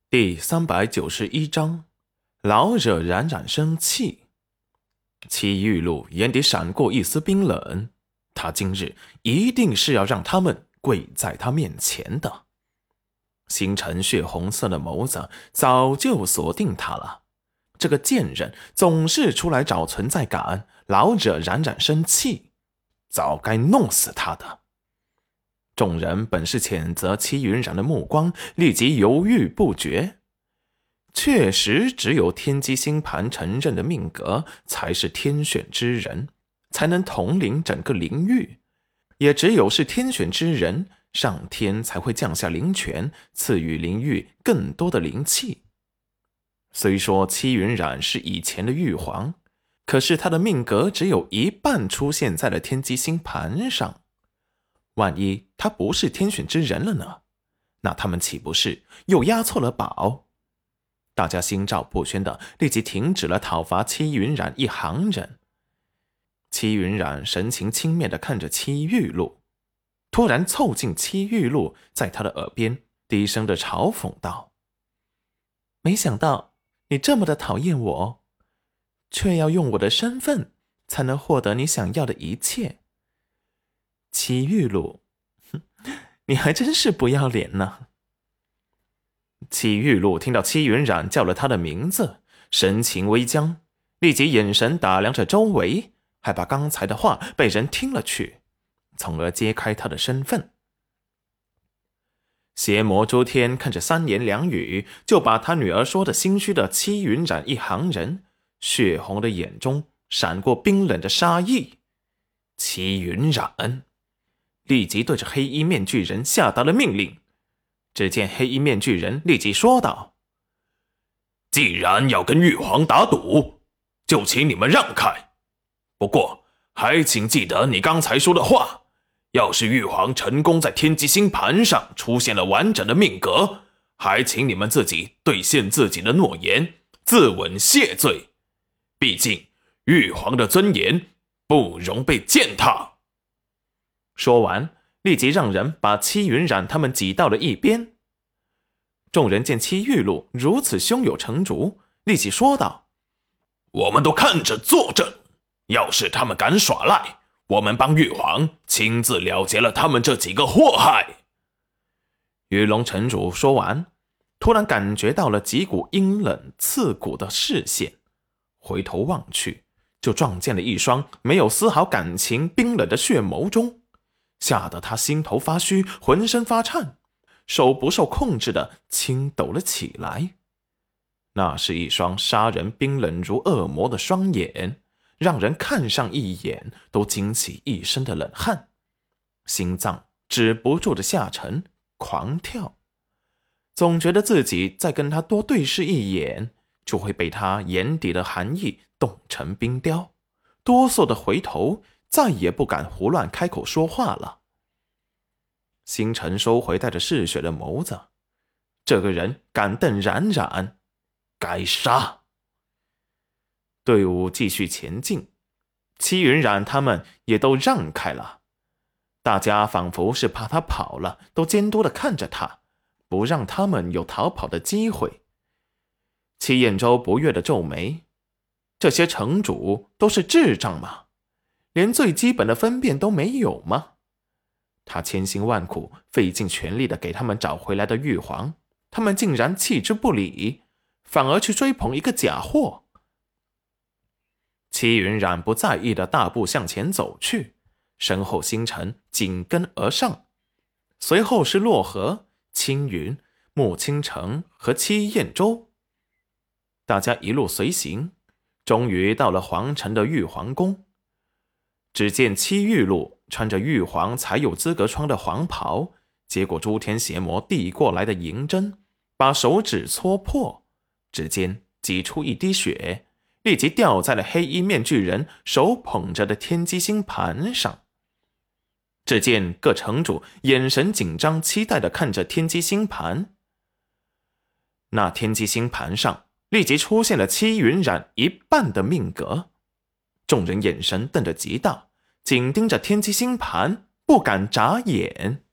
第391章，老惹冉冉生气。戚玉露眼底闪过一丝冰冷，他今日一定是要让他们跪在他面前的。星辰血红色的眸子早就锁定他了，这个贱人总是出来找存在感，老惹冉冉生气，早该弄死他的。众人本是谴责戚云染的目光立即犹豫不决。确实只有天机星盘承认的命格才是天选之人，才能统领整个灵域，也只有是天选之人，上天才会降下灵权，赐予灵域更多的灵气。虽说戚云染是以前的玉皇，可是他的命格只有一半出现在了天机星盘上，万一他不是天选之人了呢？那他们岂不是又押错了宝？大家心照不宣的立即停止了讨伐戚云染一行人。戚云染神情轻蔑的看着戚玉露，突然凑近戚玉露，在他的耳边低声的嘲讽道：没想到你这么的讨厌我，却要用我的身份才能获得你想要的一切。戚玉露，你还真是不要脸呢。戚玉露听到戚云染叫了他的名字，神情微僵，立即眼神打量着周围，害怕刚才的话被人听了去，从而揭开他的身份。邪魔诸天看着三言两语就把他女儿说的心虚的戚云染一行人，血红的眼中闪过冰冷的杀意。戚云染立即对着黑衣面具人下达了命令。只见黑衣面具人立即说道：既然要跟玉皇打赌，就请你们让开，不过还请记得你刚才说的话，要是玉皇成功在天机星盘上出现了完整的命格，还请你们自己兑现自己的诺言，自刎谢罪，毕竟玉皇的尊严不容被践踏。说完立即让人把戚云染他们挤到了一边。众人见戚玉露如此胸有成竹，立即说道：我们都看着作证，要是他们敢耍赖，我们帮玉皇亲自了结了他们这几个祸害。鱼龙城主说完，突然感觉到了几股阴冷刺骨的视线，回头望去，就撞见了一双没有丝毫感情冰冷的血眸中，吓得他心头发虚，浑身发颤，手不受控制的轻抖了起来。那是一双杀人冰冷如恶魔的双眼，让人看上一眼都惊起一身的冷汗，心脏止不住的下沉狂跳，总觉得自己再跟他多对视一眼，就会被他眼底的寒意冻成冰雕，哆嗦的回头，再也不敢胡乱开口说话了。星辰收回带着嗜血的眸子，这个人敢瞪冉冉，该杀。队伍继续前进，戚云染他们也都让开了，大家仿佛是怕他跑了，都监督地看着他，不让他们有逃跑的机会。戚彦周不悦地皱眉，这些城主都是智障吗？连最基本的分辨都没有吗？他千辛万苦费尽全力的给他们找回来的玉皇，他们竟然弃之不理，反而去追捧一个假货。戚云染不在意的大步向前走去，身后星辰紧跟而上，随后是洛河、青云、穆倾城和戚彦周。大家一路随行，终于到了皇城的玉皇宫。只见戚玉露穿着玉皇才有资格穿的黄袍，接过诸天邪魔递过来的银针，把手指戳破，指尖挤出一滴血，立即掉在了黑衣面具人手捧着的天机星盘上。只见各城主眼神紧张期待地看着天机星盘，那天机星盘上立即出现了戚云染一半的命格。众人眼神瞪得极大，紧盯着天机星盘，不敢眨眼。